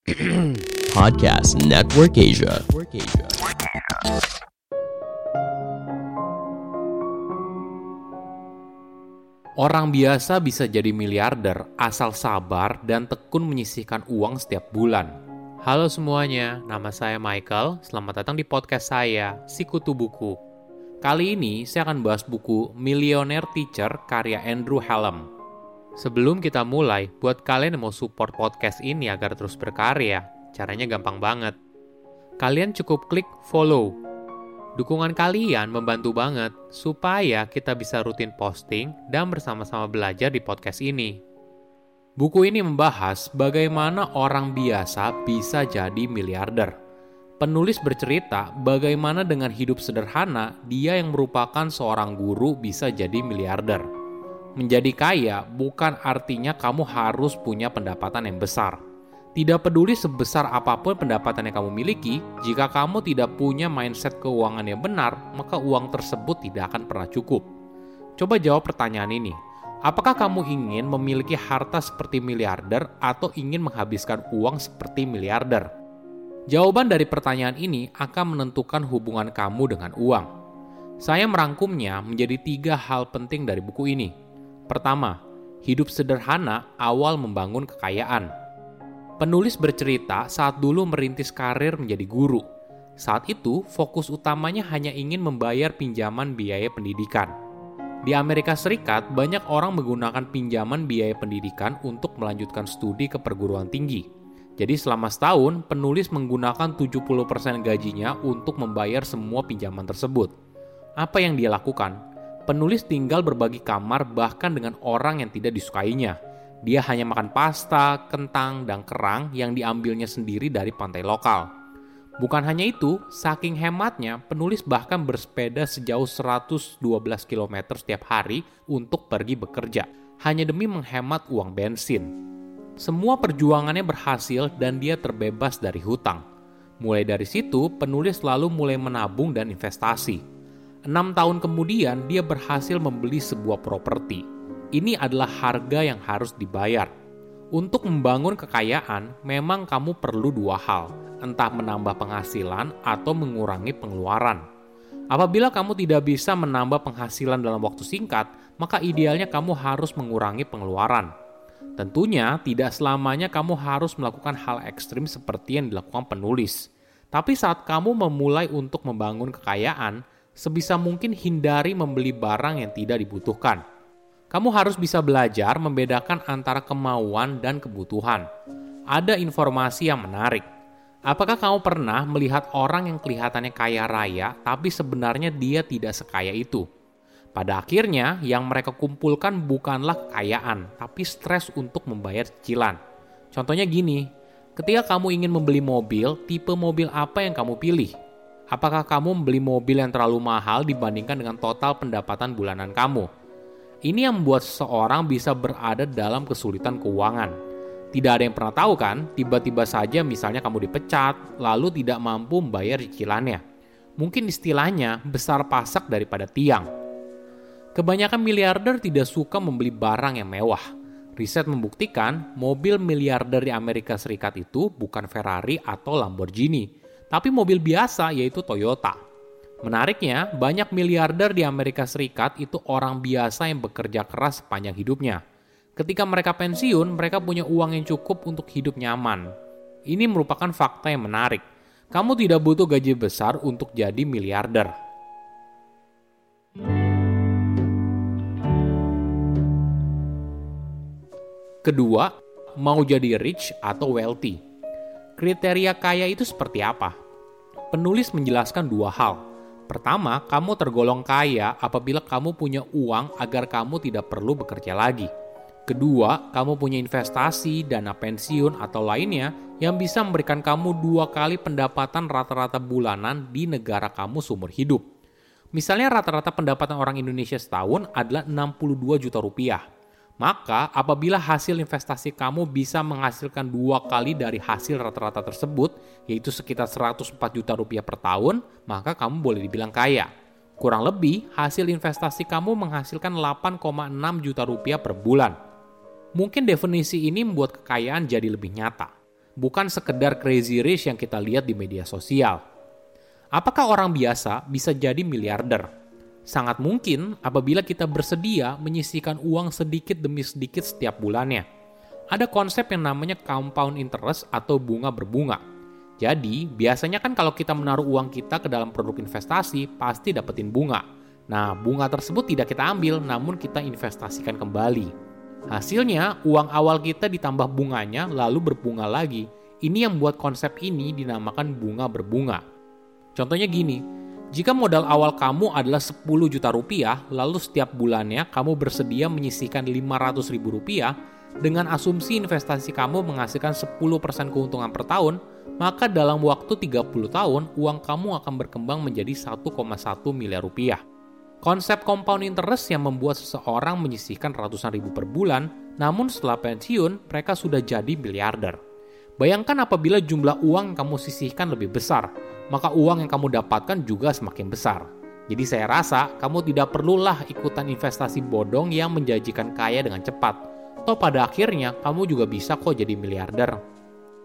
Podcast Network Asia. Orang biasa bisa jadi miliarder asal sabar dan tekun menyisihkan uang setiap bulan. Halo semuanya, nama saya Michael. Selamat datang di podcast saya, Sikutu Buku. Kali ini saya akan bahas buku Millionaire Teacher karya Andrew Hallam. Sebelum kita mulai, buat kalian yang mau support podcast ini agar terus berkarya, caranya gampang banget. Kalian cukup klik follow. Dukungan kalian membantu banget supaya kita bisa rutin posting dan bersama-sama belajar di podcast ini. Buku ini membahas bagaimana orang biasa bisa jadi miliarder. Penulis bercerita bagaimana dengan hidup sederhana dia yang merupakan seorang guru bisa jadi miliarder. Menjadi kaya bukan artinya kamu harus punya pendapatan yang besar. Tidak peduli sebesar apapun pendapatan yang kamu miliki, jika kamu tidak punya mindset keuangan yang benar, maka uang tersebut tidak akan pernah cukup. Coba jawab pertanyaan ini. Apakah kamu ingin memiliki harta seperti miliarder atau ingin menghabiskan uang seperti miliarder? Jawaban dari pertanyaan ini akan menentukan hubungan kamu dengan uang. Saya merangkumnya menjadi 3 hal penting dari buku ini. Pertama, hidup sederhana awal membangun kekayaan. Penulis bercerita saat dulu merintis karir menjadi guru. Saat itu, fokus utamanya hanya ingin membayar pinjaman biaya pendidikan. Di Amerika Serikat, banyak orang menggunakan pinjaman biaya pendidikan untuk melanjutkan studi ke perguruan tinggi. Jadi selama setahun, penulis menggunakan 70% gajinya untuk membayar semua pinjaman tersebut. Apa yang dia lakukan? Penulis tinggal berbagi kamar bahkan dengan orang yang tidak disukainya. Dia hanya makan pasta, kentang, dan kerang yang diambilnya sendiri dari pantai lokal. Bukan hanya itu, saking hematnya, penulis bahkan bersepeda sejauh 112 km setiap hari untuk pergi bekerja, hanya demi menghemat uang bensin. Semua perjuangannya berhasil dan dia terbebas dari hutang. Mulai dari situ, penulis lalu mulai menabung dan investasi. 6 tahun kemudian, dia berhasil membeli sebuah properti. Ini adalah harga yang harus dibayar. Untuk membangun kekayaan, memang kamu perlu 2 hal, entah menambah penghasilan atau mengurangi pengeluaran. Apabila kamu tidak bisa menambah penghasilan dalam waktu singkat, maka idealnya kamu harus mengurangi pengeluaran. Tentunya tidak selamanya kamu harus melakukan hal ekstrim seperti yang dilakukan penulis. Tapi saat kamu memulai untuk membangun kekayaan, sebisa mungkin hindari membeli barang yang tidak dibutuhkan. Kamu harus bisa belajar membedakan antara kemauan dan kebutuhan. Ada informasi yang menarik. Apakah kamu pernah melihat orang yang kelihatannya kaya raya, tapi sebenarnya dia tidak sekaya itu? Pada akhirnya, yang mereka kumpulkan bukanlah kekayaan, tapi stres untuk membayar cicilan. Contohnya gini, ketika kamu ingin membeli mobil, tipe mobil apa yang kamu pilih? Apakah kamu membeli mobil yang terlalu mahal dibandingkan dengan total pendapatan bulanan kamu? Ini yang membuat seseorang bisa berada dalam kesulitan keuangan. Tidak ada yang pernah tahu kan, tiba-tiba saja misalnya kamu dipecat, lalu tidak mampu membayar cicilannya. Mungkin istilahnya besar pasak daripada tiang. Kebanyakan miliarder tidak suka membeli barang yang mewah. Riset membuktikan mobil miliarder di Amerika Serikat itu bukan Ferrari atau Lamborghini, tapi mobil biasa yaitu Toyota. Menariknya, banyak miliarder di Amerika Serikat itu orang biasa yang bekerja keras sepanjang hidupnya. Ketika mereka pensiun, mereka punya uang yang cukup untuk hidup nyaman. Ini merupakan fakta yang menarik. Kamu tidak butuh gaji besar untuk jadi miliarder. Kedua, mau jadi rich atau wealthy. Kriteria kaya itu seperti apa? Penulis menjelaskan 2 hal. Pertama, kamu tergolong kaya apabila kamu punya uang agar kamu tidak perlu bekerja lagi. Kedua, kamu punya investasi, dana pensiun, atau lainnya yang bisa memberikan kamu 2 kali pendapatan rata-rata bulanan di negara kamu seumur hidup. Misalnya rata-rata pendapatan orang Indonesia setahun adalah 62 juta rupiah. Maka apabila hasil investasi kamu bisa menghasilkan 2 kali dari hasil rata-rata tersebut, yaitu sekitar 104 juta rupiah per tahun, maka kamu boleh dibilang kaya. Kurang lebih, hasil investasi kamu menghasilkan 8,6 juta rupiah per bulan. Mungkin definisi ini membuat kekayaan jadi lebih nyata. bukan sekedar crazy rich yang kita lihat di media sosial. Apakah orang biasa bisa jadi miliarder? Sangat mungkin apabila kita bersedia menyisihkan uang sedikit demi sedikit setiap bulannya. Ada konsep yang namanya compound interest atau bunga berbunga. Jadi, biasanya kan kalau kita menaruh uang kita ke dalam produk investasi, pasti dapetin bunga. Nah, bunga tersebut tidak kita ambil, namun kita investasikan kembali. Hasilnya, uang awal kita ditambah bunganya, lalu berbunga lagi. Ini yang membuat konsep ini dinamakan bunga berbunga. Contohnya gini, jika modal awal kamu adalah 10 juta rupiah, lalu setiap bulannya kamu bersedia menyisihkan 500 ribu rupiah, dengan asumsi investasi kamu menghasilkan 10% keuntungan per tahun, maka dalam waktu 30 tahun, uang kamu akan berkembang menjadi 1,1 miliar rupiah. Konsep compound interest yang membuat seseorang menyisihkan ratusan ribu per bulan, namun setelah pensiun, mereka sudah jadi miliarder. Bayangkan apabila jumlah uang yang kamu sisihkan lebih besar, maka uang yang kamu dapatkan juga semakin besar. Jadi saya rasa kamu tidak perlulah ikutan investasi bodong yang menjanjikan kaya dengan cepat. Toh pada akhirnya kamu juga bisa kok jadi miliarder.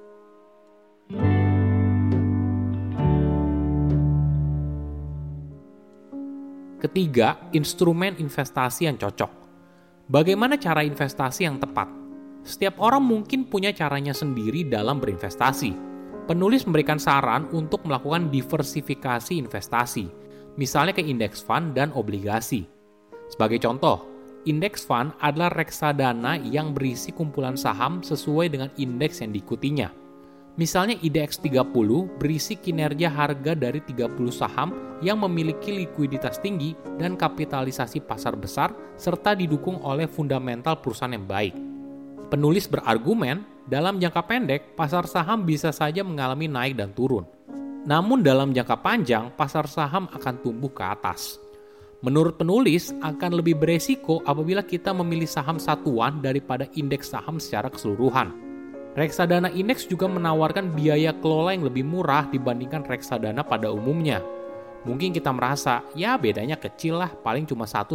Ketiga, instrumen investasi yang cocok. Bagaimana cara investasi yang tepat? Setiap orang mungkin punya caranya sendiri dalam berinvestasi. Penulis memberikan saran untuk melakukan diversifikasi investasi, misalnya ke index fund dan obligasi. Sebagai contoh, index fund adalah reksadana yang berisi kumpulan saham sesuai dengan indeks yang diikutinya. Misalnya IDX 30 berisi kinerja harga dari 30 saham yang memiliki likuiditas tinggi dan kapitalisasi pasar besar serta didukung oleh fundamental perusahaan yang baik. Penulis berargumen, dalam jangka pendek pasar saham bisa saja mengalami naik dan turun. Namun dalam jangka panjang pasar saham akan tumbuh ke atas. Menurut penulis akan lebih beresiko apabila kita memilih saham satuan daripada indeks saham secara keseluruhan. Reksadana indeks juga menawarkan biaya kelola yang lebih murah dibandingkan reksadana pada umumnya. Mungkin kita merasa, ya bedanya kecil lah, paling cuma 1-2%.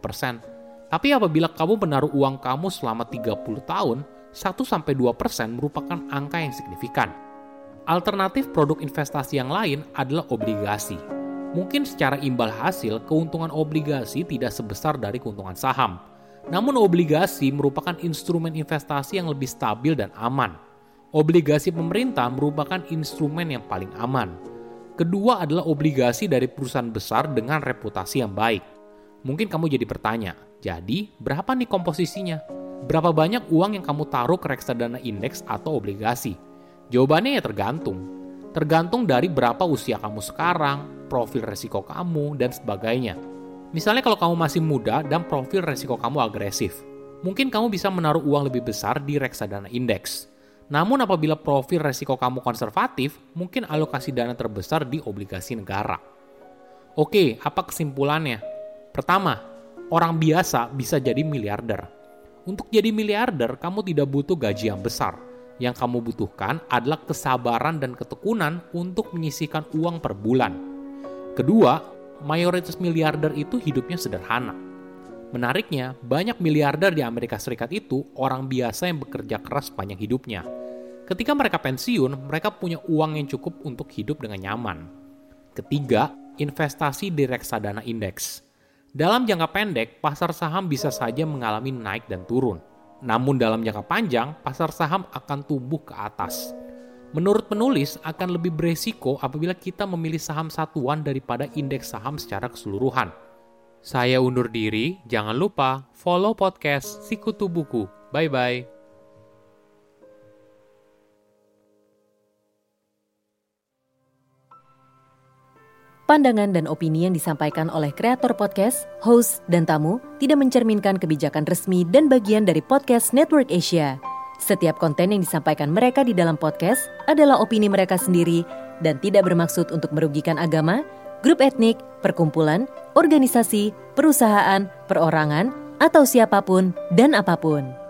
Tapi apabila kamu menaruh uang kamu selama 30 tahun, 1-2% merupakan angka yang signifikan. Alternatif produk investasi yang lain adalah obligasi. Mungkin secara imbal hasil, keuntungan obligasi tidak sebesar dari keuntungan saham. Namun obligasi merupakan instrumen investasi yang lebih stabil dan aman. Obligasi pemerintah merupakan instrumen yang paling aman. Kedua adalah obligasi dari perusahaan besar dengan reputasi yang baik. Mungkin kamu jadi bertanya, jadi berapa nih komposisinya? Berapa banyak uang yang kamu taruh ke reksadana indeks atau obligasi? Jawabannya ya tergantung. Tergantung dari berapa usia kamu sekarang, profil resiko kamu, dan sebagainya. Misalnya kalau kamu masih muda dan profil resiko kamu agresif, mungkin kamu bisa menaruh uang lebih besar di reksadana indeks. Namun apabila profil resiko kamu konservatif, mungkin alokasi dana terbesar di obligasi negara. Oke, apa kesimpulannya? Pertama, orang biasa bisa jadi miliarder. Untuk jadi miliarder, kamu tidak butuh gaji yang besar. Yang kamu butuhkan adalah kesabaran dan ketekunan untuk menyisihkan uang per bulan. Kedua, mayoritas miliarder itu hidupnya sederhana. Menariknya, banyak miliarder di Amerika Serikat itu orang biasa yang bekerja keras sepanjang hidupnya. Ketika mereka pensiun, mereka punya uang yang cukup untuk hidup dengan nyaman. Ketiga, investasi di reksadana indeks. Dalam jangka pendek, pasar saham bisa saja mengalami naik dan turun. Namun dalam jangka panjang, pasar saham akan tumbuh ke atas. Menurut penulis, akan lebih beresiko apabila kita memilih saham satuan daripada indeks saham secara keseluruhan. Saya undur diri, jangan lupa follow podcast Sikutu Buku. Bye-bye. Pandangan dan opini yang disampaikan oleh kreator podcast, host, dan tamu tidak mencerminkan kebijakan resmi dan bagian dari podcast Network Asia. Setiap konten yang disampaikan mereka di dalam podcast adalah opini mereka sendiri dan tidak bermaksud untuk merugikan agama, grup etnik, perkumpulan, organisasi, perusahaan, perorangan, atau siapapun dan apapun.